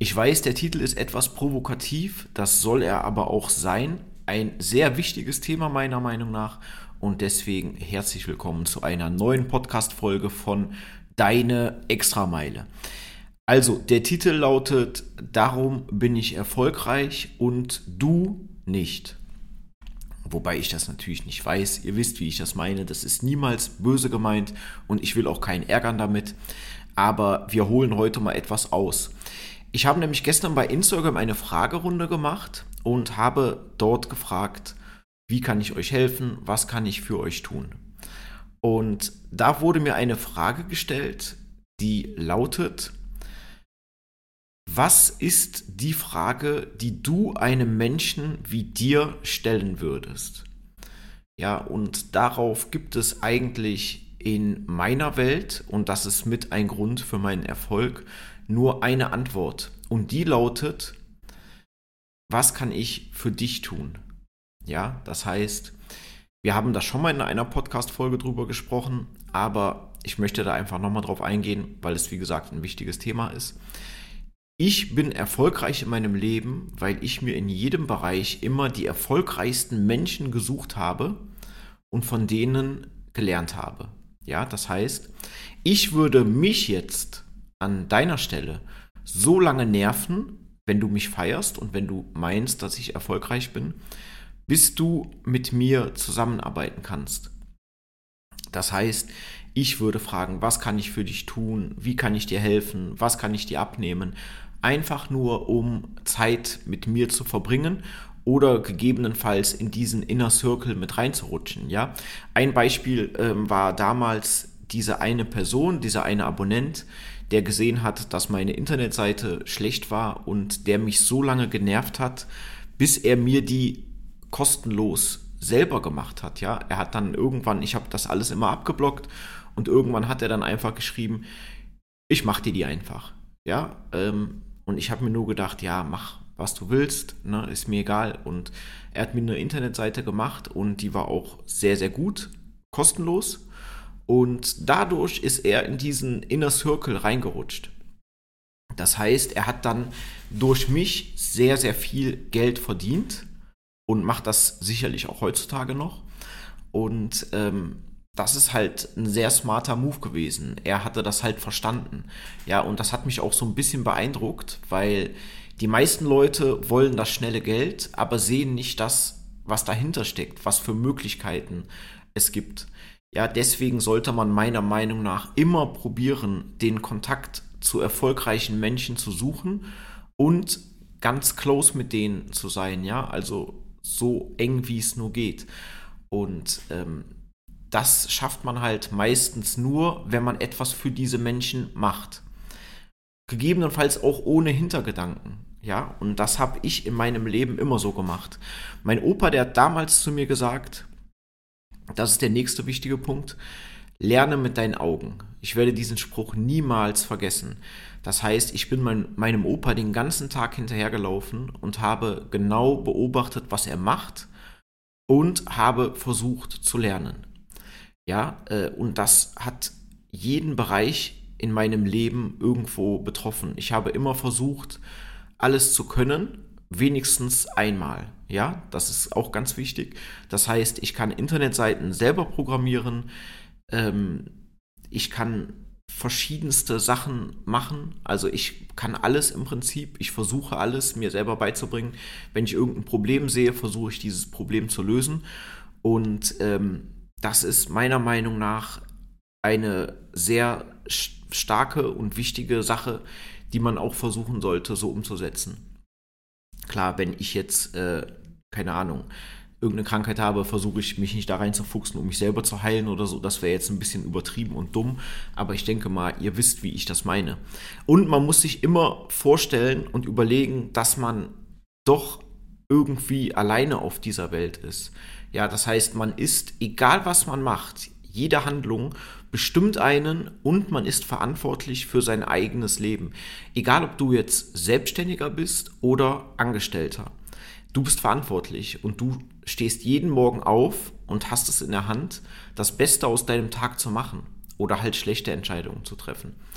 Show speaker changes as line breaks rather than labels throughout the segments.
Ich weiß, der Titel ist etwas provokativ, das soll er aber auch sein. Ein sehr wichtiges Thema meiner Meinung nach und deswegen herzlich willkommen zu einer neuen Podcast-Folge von Deine Extrameile. Also, der Titel lautet: Darum bin ich erfolgreich und du nicht. Wobei ich das natürlich nicht weiß. Ihr wisst, wie ich das meine. Das ist niemals böse gemeint und ich will auch keinen ärgern damit. Aber wir holen heute mal etwas aus. Ich habe nämlich gestern bei Instagram eine Fragerunde gemacht und habe dort gefragt, wie kann ich euch helfen, was kann ich für euch tun? Und da wurde mir eine Frage gestellt, die lautet: Was ist die Frage, die du einem Menschen wie dir stellen würdest? Ja, und darauf gibt es eigentlich in meiner Welt, und das ist mit ein Grund für meinen Erfolg, nur eine Antwort. Und die lautet: Was kann ich für dich tun? Ja, das heißt, wir haben da schon mal in einer Podcast-Folge drüber gesprochen, aber ich möchte da einfach nochmal drauf eingehen, weil es, wie gesagt, ein wichtiges Thema ist. Ich bin erfolgreich in meinem Leben, weil ich mir in jedem Bereich immer die erfolgreichsten Menschen gesucht habe und von denen gelernt habe. Ja, das heißt, ich würde mich jetzt an deiner Stelle so lange nerven, wenn du mich feierst und wenn du meinst, dass ich erfolgreich bin, bis du mit mir zusammenarbeiten kannst. Das heißt, ich würde fragen, was kann ich für dich tun? Wie kann ich dir helfen? Was kann ich dir abnehmen? Einfach nur, um Zeit mit mir zu verbringen oder gegebenenfalls in diesen Inner Circle mit reinzurutschen. Ja? Ein Beispiel war damals diese eine Person, dieser eine Abonnent, der gesehen hat, dass meine Internetseite schlecht war und der mich so lange genervt hat, bis er mir die kostenlos selber gemacht hat. Ja, er hat dann irgendwann, ich habe das alles immer abgeblockt und irgendwann hat er dann einfach geschrieben, ich mache dir die einfach. Ja, und ich habe mir nur gedacht, ja, mach, was du willst, ne, ist mir egal. Und er hat mir eine Internetseite gemacht und die war auch sehr, sehr gut, kostenlos. Und dadurch ist er in diesen Inner Circle reingerutscht. Das heißt, er hat dann durch mich sehr, sehr viel Geld verdient und macht das sicherlich auch heutzutage noch. Und das ist halt ein sehr smarter Move gewesen. Er hatte das halt verstanden. Ja, und das hat mich auch so ein bisschen beeindruckt, weil die meisten Leute wollen das schnelle Geld, aber sehen nicht das, was dahinter steckt, was für Möglichkeiten es gibt. Ja, deswegen sollte man meiner Meinung nach immer probieren, den Kontakt zu erfolgreichen Menschen zu suchen und ganz close mit denen zu sein, ja, also so eng wie es nur geht. Und das schafft man halt meistens nur, wenn man etwas für diese Menschen macht. Gegebenenfalls auch ohne Hintergedanken. Ja, und das habe ich in meinem Leben immer so gemacht. Mein Opa, der hat damals zu mir gesagt, das ist der nächste wichtige Punkt: Lerne mit deinen Augen. Ich werde diesen Spruch niemals vergessen. Das heißt, ich bin meinem Opa den ganzen Tag hinterhergelaufen und habe genau beobachtet, was er macht und habe versucht zu lernen. Ja, und das hat jeden Bereich in meinem Leben irgendwo betroffen. Ich habe immer versucht, alles zu können, wenigstens einmal. Ja, das ist auch ganz wichtig. Das heißt, ich kann Internetseiten selber programmieren, ich kann verschiedenste Sachen machen. Also ich kann alles im Prinzip. Ich versuche alles mir selber beizubringen. Wenn ich irgendein Problem sehe, versuche ich dieses Problem zu lösen. Und das ist meiner Meinung nach eine sehr starke und wichtige Sache, die man auch versuchen sollte, so umzusetzen. Klar, wenn ich jetzt, keine Ahnung, irgendeine Krankheit habe, versuche ich mich nicht da reinzufuchsen, um mich selber zu heilen oder so. Das wäre jetzt ein bisschen übertrieben und dumm. Aber ich denke mal, ihr wisst, wie ich das meine. Und man muss sich immer vorstellen und überlegen, dass man doch irgendwie alleine auf dieser Welt ist. Ja, das heißt, man ist, egal was man macht, jede Handlung bestimmt einen und man ist verantwortlich für sein eigenes Leben. Egal, ob du jetzt Selbstständiger bist oder Angestellter. Du bist verantwortlich und du stehst jeden Morgen auf und hast es in der Hand, das Beste aus deinem Tag zu machen oder halt schlechte Entscheidungen zu treffen.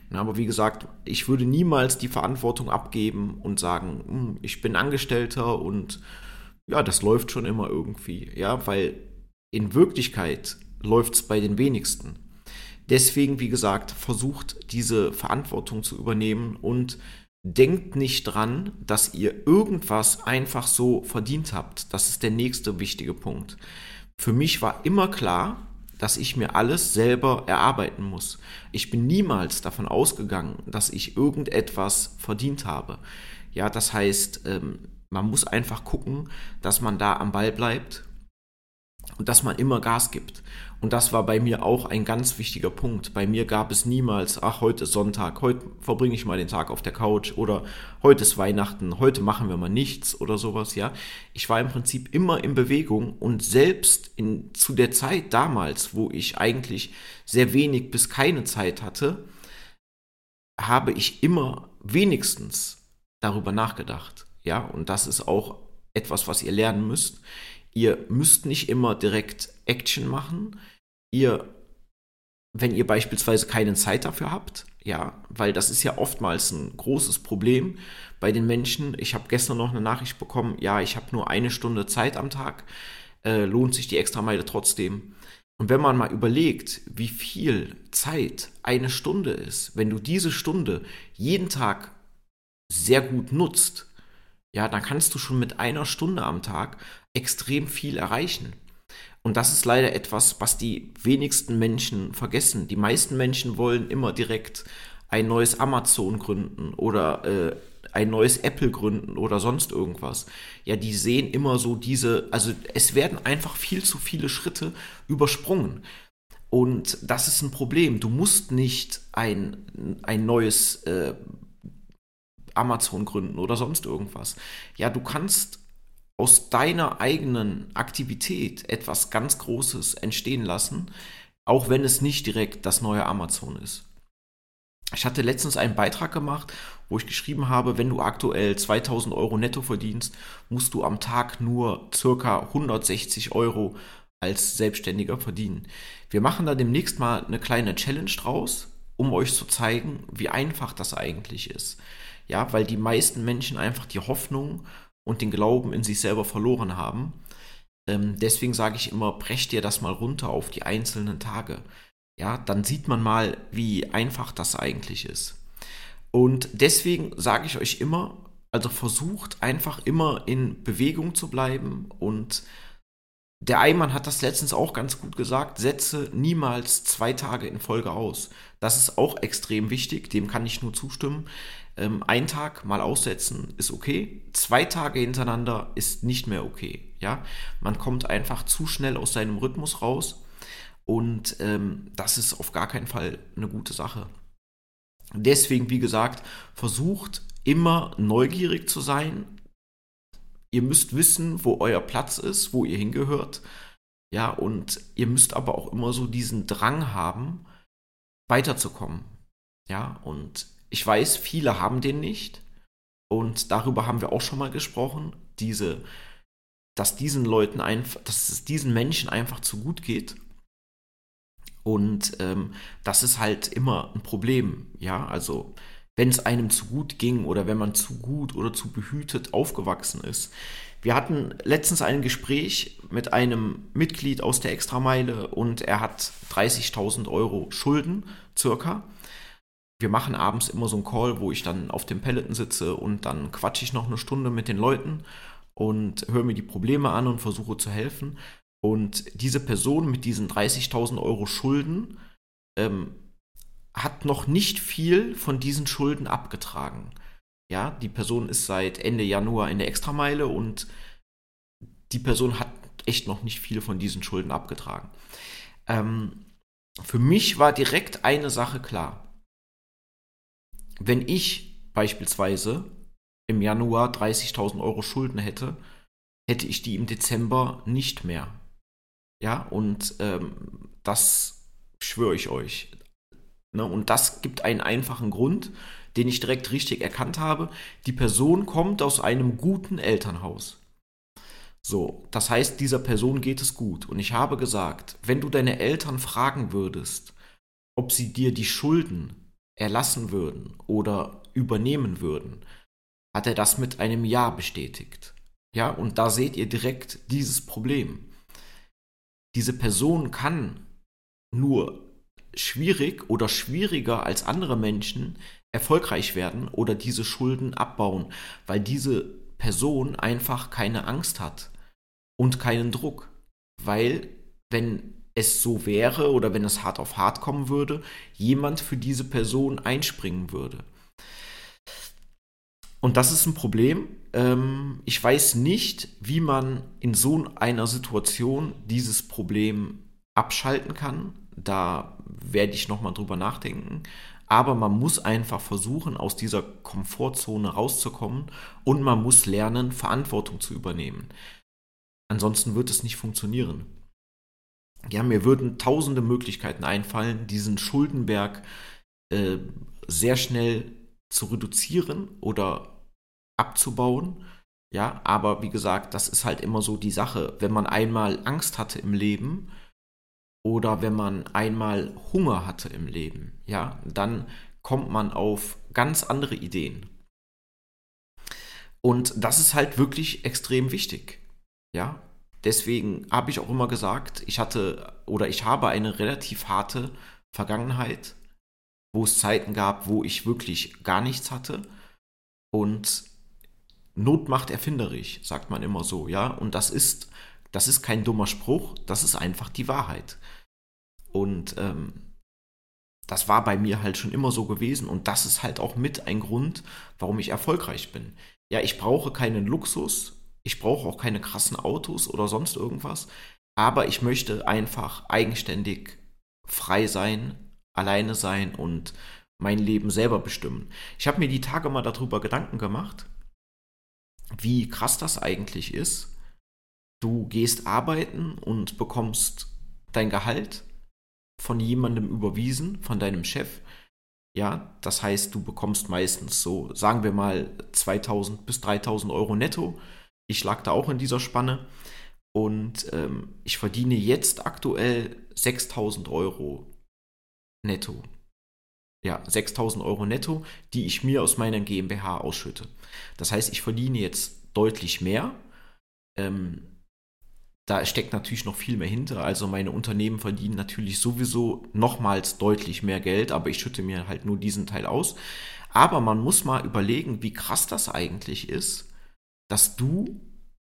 Na, aber wie gesagt, ich würde niemals die Verantwortung abgeben und sagen, ich bin Angestellter und ja, das läuft schon immer irgendwie. Ja, weil in Wirklichkeit läuft es bei den wenigsten. Deswegen, wie gesagt, versucht diese Verantwortung zu übernehmen und denkt nicht dran, dass ihr irgendwas einfach so verdient habt. Das ist der nächste wichtige Punkt. Für mich war immer klar, dass ich mir alles selber erarbeiten muss. Ich bin niemals davon ausgegangen, dass ich irgendetwas verdient habe. Ja, das heißt, man muss einfach gucken, dass man da am Ball bleibt und dass man immer Gas gibt. Und das war bei mir auch ein ganz wichtiger Punkt. Bei mir gab es niemals, ach, heute ist Sonntag, heute verbringe ich mal den Tag auf der Couch oder heute ist Weihnachten, heute machen wir mal nichts oder sowas, ja. Ich war im Prinzip immer in Bewegung und selbst zu der Zeit damals, wo ich eigentlich sehr wenig bis keine Zeit hatte, habe ich immer wenigstens darüber nachgedacht, ja. Und das ist auch etwas, was ihr lernen müsst. Ihr müsst nicht immer direkt Action machen. Ihr, wenn ihr beispielsweise keine Zeit dafür habt, ja, weil das ist ja oftmals ein großes Problem bei den Menschen. Ich habe gestern noch eine Nachricht bekommen, ja, ich habe nur eine Stunde Zeit am Tag, lohnt sich die Extrameile trotzdem. Und wenn man mal überlegt, wie viel Zeit eine Stunde ist, wenn du diese Stunde jeden Tag sehr gut nutzt, ja, dann kannst du schon mit einer Stunde am Tag extrem viel erreichen. Und das ist leider etwas, was die wenigsten Menschen vergessen. Die meisten Menschen wollen immer direkt ein neues Amazon gründen oder ein neues Apple gründen oder sonst irgendwas. Ja, die sehen immer so also es werden einfach viel zu viele Schritte übersprungen. Und das ist ein Problem. Du musst nicht ein neues Amazon gründen oder sonst irgendwas. Ja, du kannst aus deiner eigenen Aktivität etwas ganz Großes entstehen lassen, auch wenn es nicht direkt das neue Amazon ist. Ich hatte letztens einen Beitrag gemacht, wo ich geschrieben habe, wenn du aktuell 2000 Euro netto verdienst, musst du am Tag nur circa 160 Euro als Selbstständiger verdienen. Wir machen da demnächst mal eine kleine Challenge draus, um euch zu zeigen, wie einfach das eigentlich ist. Ja, weil die meisten Menschen einfach die Hoffnung und den Glauben in sich selber verloren haben. Deswegen sage ich immer, brech dir das mal runter auf die einzelnen Tage. Ja, dann sieht man mal, wie einfach das eigentlich ist. Und deswegen sage ich euch immer, also versucht einfach immer in Bewegung zu bleiben. Und der Eimann hat das letztens auch ganz gut gesagt, setze niemals 2 Tage in Folge aus. Das ist auch extrem wichtig, dem kann ich nur zustimmen. Ein Tag mal aussetzen ist okay, 2 Tage hintereinander ist nicht mehr okay. Ja? Man kommt einfach zu schnell aus seinem Rhythmus raus und das ist auf gar keinen Fall eine gute Sache. Deswegen, wie gesagt, versucht immer neugierig zu sein. Ihr müsst wissen, wo euer Platz ist, wo ihr hingehört. Ja, und ihr müsst aber auch immer so diesen Drang haben, weiterzukommen. Ja, und ich weiß, viele haben den nicht. Und darüber haben wir auch schon mal gesprochen, dass es diesen Menschen einfach zu gut geht. Und das ist halt immer ein Problem. Ja, also wenn es einem zu gut ging oder wenn man zu gut oder zu behütet aufgewachsen ist. Wir hatten letztens ein Gespräch mit einem Mitglied aus der Extrameile und er hat 30.000 Euro Schulden, circa. Wir machen abends immer so einen Call, wo ich dann auf dem Peloton sitze und dann quatsche ich noch eine Stunde mit den Leuten und höre mir die Probleme an und versuche zu helfen. Und diese Person mit diesen 30.000 Euro Schulden hat noch nicht viel von diesen Schulden abgetragen. Ja, die Person ist seit Ende Januar in der Extrameile und die Person hat echt noch nicht viel von diesen Schulden abgetragen. Für mich war direkt eine Sache klar. Wenn ich beispielsweise im Januar 30.000 Euro Schulden hätte, hätte ich die im Dezember nicht mehr. Ja, und das schwöre ich euch. Ne? Und das gibt einen einfachen Grund, den ich direkt richtig erkannt habe. Die Person kommt aus einem guten Elternhaus. So, das heißt, dieser Person geht es gut. Und ich habe gesagt, wenn du deine Eltern fragen würdest, ob sie dir die Schulden erlassen würden oder übernehmen würden, hat er das mit einem Ja bestätigt. Ja, und da seht ihr direkt dieses Problem. Diese Person kann nur schwierig oder schwieriger als andere Menschen erfolgreich werden oder diese Schulden abbauen, weil diese Person einfach keine Angst hat und keinen Druck. Weil, wenn es so wäre oder wenn es hart auf hart kommen würde, jemand für diese Person einspringen würde. Und das ist ein Problem. Ich weiß nicht, wie man in so einer Situation dieses Problem abschalten kann. Da werde ich nochmal drüber nachdenken. Aber man muss einfach versuchen, aus dieser Komfortzone rauszukommen und man muss lernen, Verantwortung zu übernehmen. Ansonsten wird es nicht funktionieren. Ja, mir würden tausende Möglichkeiten einfallen, diesen Schuldenberg äh, sehr schnell zu reduzieren oder abzubauen. Ja, aber wie gesagt, das ist halt immer so die Sache. Wenn man einmal Angst hatte im Leben oder wenn man einmal Hunger hatte im Leben, ja, dann kommt man auf ganz andere Ideen. Und das ist halt wirklich extrem wichtig. Ja, deswegen habe ich auch immer gesagt, ich hatte oder ich habe eine relativ harte Vergangenheit, wo es Zeiten gab, wo ich wirklich gar nichts hatte. Und Not macht erfinderisch, sagt man immer so, ja. Und das ist kein dummer Spruch, das ist einfach die Wahrheit. Und das war bei mir halt schon immer so gewesen. Und das ist halt auch mit ein Grund, warum ich erfolgreich bin. Ja, ich brauche keinen Luxus, ich brauche auch keine krassen Autos oder sonst irgendwas. Aber ich möchte einfach eigenständig frei sein, alleine sein und mein Leben selber bestimmen. Ich habe mir die Tage mal darüber Gedanken gemacht, wie krass das eigentlich ist. Du gehst arbeiten und bekommst dein Gehalt von jemandem überwiesen, von deinem Chef. Ja, das heißt, du bekommst meistens so, sagen wir mal, 2000 bis 3000 Euro netto. Ich lag da auch in dieser Spanne und ich verdiene jetzt aktuell 6000 Euro netto. Ja, 6000 Euro netto, die ich mir aus meiner GmbH ausschütte. Das heißt, ich verdiene jetzt deutlich mehr. Ähm, Da steckt natürlich noch viel mehr hinter. Also meine Unternehmen verdienen natürlich sowieso nochmals deutlich mehr Geld, aber ich schütte mir halt nur diesen Teil aus. Aber man muss mal überlegen, wie krass das eigentlich ist, dass du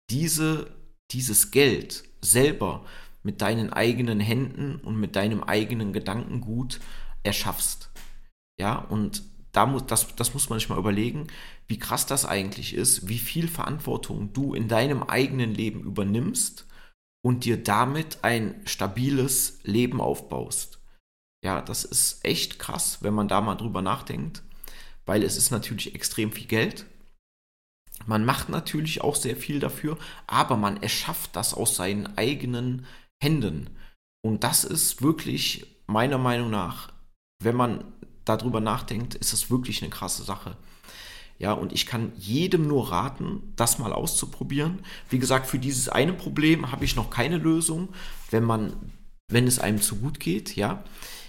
dieses Geld selber mit deinen eigenen Händen und mit deinem eigenen Gedankengut erschaffst. Ja, und das muss man sich mal überlegen, wie krass das eigentlich ist, wie viel Verantwortung du in deinem eigenen Leben übernimmst und dir damit ein stabiles Leben aufbaust. Ja, das ist echt krass, wenn man da mal drüber nachdenkt, weil es ist natürlich extrem viel Geld. Man macht natürlich auch sehr viel dafür, aber man erschafft das aus seinen eigenen Händen. Und das ist wirklich meiner Meinung nach, wenn man darüber nachdenkt, ist das wirklich eine krasse Sache. Ja, und ich kann jedem nur raten, das mal auszuprobieren. Wie gesagt, für dieses eine Problem habe ich noch keine Lösung, wenn es einem zu gut geht, ja.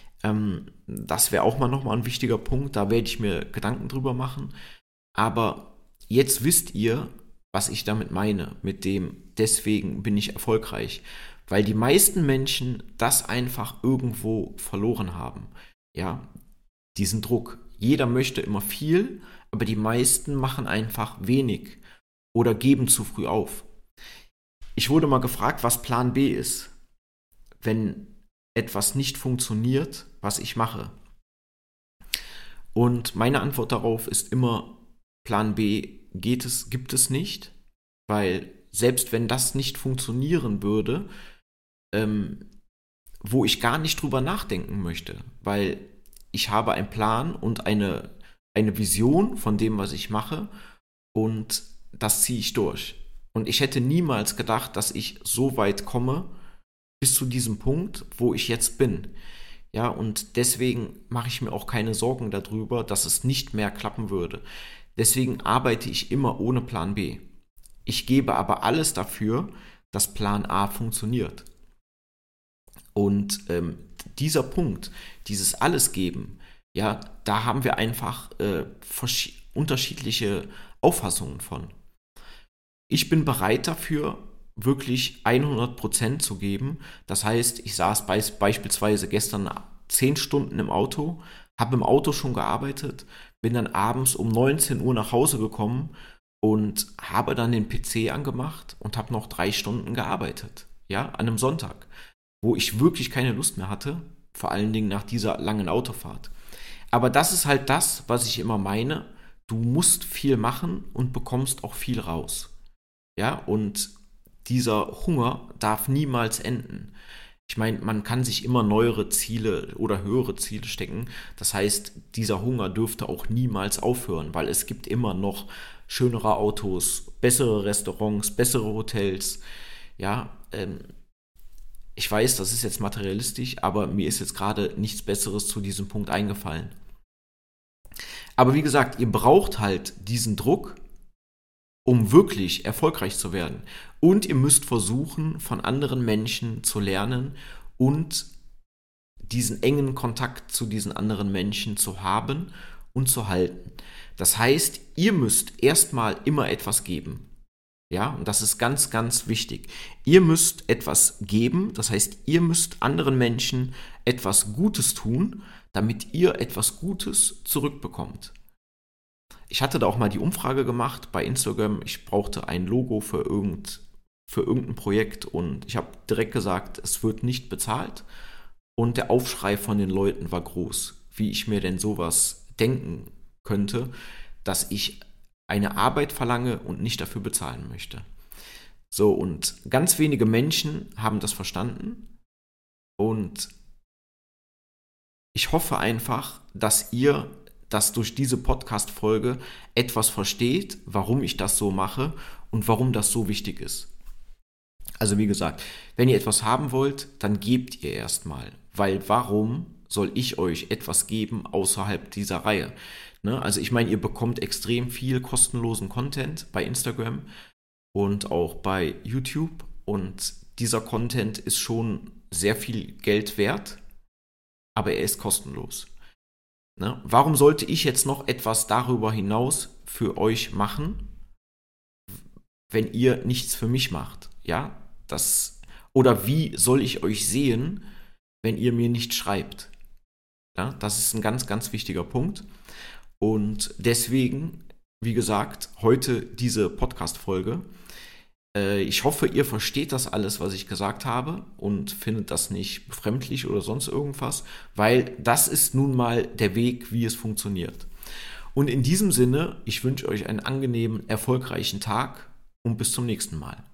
Das wäre auch mal nochmal ein wichtiger Punkt, da werde ich mir Gedanken drüber machen. Aber jetzt wisst ihr, was ich damit meine, mit dem, deswegen bin ich erfolgreich. Weil die meisten Menschen das einfach irgendwo verloren haben. Ja, diesen Druck. Jeder möchte immer viel, aber die meisten machen einfach wenig oder geben zu früh auf. Ich wurde mal gefragt, was Plan B ist, wenn etwas nicht funktioniert, was ich mache. Und meine Antwort darauf ist immer, Plan B gibt es nicht, weil selbst wenn das nicht funktionieren würde, ähm, wo ich gar nicht drüber nachdenken möchte, weil ich habe einen Plan und eine Vision von dem, was ich mache und das ziehe ich durch. Und ich hätte niemals gedacht, dass ich so weit komme bis zu diesem Punkt, wo ich jetzt bin. Ja, und deswegen mache ich mir auch keine Sorgen darüber, dass es nicht mehr klappen würde. Deswegen arbeite ich immer ohne Plan B. Ich gebe aber alles dafür, dass Plan A funktioniert. Und dieser Punkt, dieses Alles geben, Ja, da haben wir einfach unterschiedliche Auffassungen von. Ich bin bereit dafür, wirklich 100% zu geben. Das heißt, ich saß beispielsweise gestern 10 Stunden im Auto, habe im Auto schon gearbeitet, bin dann abends um 19 Uhr nach Hause gekommen und habe dann den PC angemacht und habe noch 3 Stunden gearbeitet. Ja, an einem Sonntag, wo ich wirklich keine Lust mehr hatte, vor allen Dingen nach dieser langen Autofahrt. Aber das ist halt das, was ich immer meine. Du musst viel machen und bekommst auch viel raus. Ja, und dieser Hunger darf niemals enden. Ich meine, man kann sich immer neuere Ziele oder höhere Ziele stecken. Das heißt, dieser Hunger dürfte auch niemals aufhören, weil es gibt immer noch schönere Autos, bessere Restaurants, bessere Hotels. Ja, ich weiß, das ist jetzt materialistisch, aber mir ist jetzt gerade nichts Besseres zu diesem Punkt eingefallen. Aber wie gesagt, ihr braucht halt diesen Druck, um wirklich erfolgreich zu werden. Und ihr müsst versuchen, von anderen Menschen zu lernen und diesen engen Kontakt zu diesen anderen Menschen zu haben und zu halten. Das heißt, ihr müsst erstmal immer etwas geben. Ja, und das ist ganz, ganz wichtig. Ihr müsst etwas geben, das heißt, ihr müsst anderen Menschen etwas Gutes tun, damit ihr etwas Gutes zurückbekommt. Ich hatte da auch mal die Umfrage gemacht bei Instagram. Ich brauchte ein Logo für irgendein Projekt und ich habe direkt gesagt, es wird nicht bezahlt. Und der Aufschrei von den Leuten war groß, wie ich mir denn sowas denken könnte, dass ich eine Arbeit verlange und nicht dafür bezahlen möchte. So, und ganz wenige Menschen haben das verstanden und ich hoffe einfach, dass ihr das durch diese Podcast-Folge etwas versteht, warum ich das so mache und warum das so wichtig ist. Also wie gesagt, wenn ihr etwas haben wollt, dann gebt ihr erstmal, weil warum soll ich euch etwas geben außerhalb dieser Reihe? Ne? Also ich meine, ihr bekommt extrem viel kostenlosen Content bei Instagram und auch bei YouTube und dieser Content ist schon sehr viel Geld wert, aber er ist kostenlos. Ne? Warum sollte ich jetzt noch etwas darüber hinaus für euch machen, wenn ihr nichts für mich macht? Ja, oder wie soll ich euch sehen, wenn ihr mir nicht schreibt? Ja, das ist ein ganz, ganz wichtiger Punkt. Und deswegen, wie gesagt, heute diese Podcast-Folge. Ich hoffe, ihr versteht das alles, was ich gesagt habe und findet das nicht befremdlich oder sonst irgendwas, weil das ist nun mal der Weg, wie es funktioniert. Und in diesem Sinne, ich wünsche euch einen angenehmen, erfolgreichen Tag und bis zum nächsten Mal.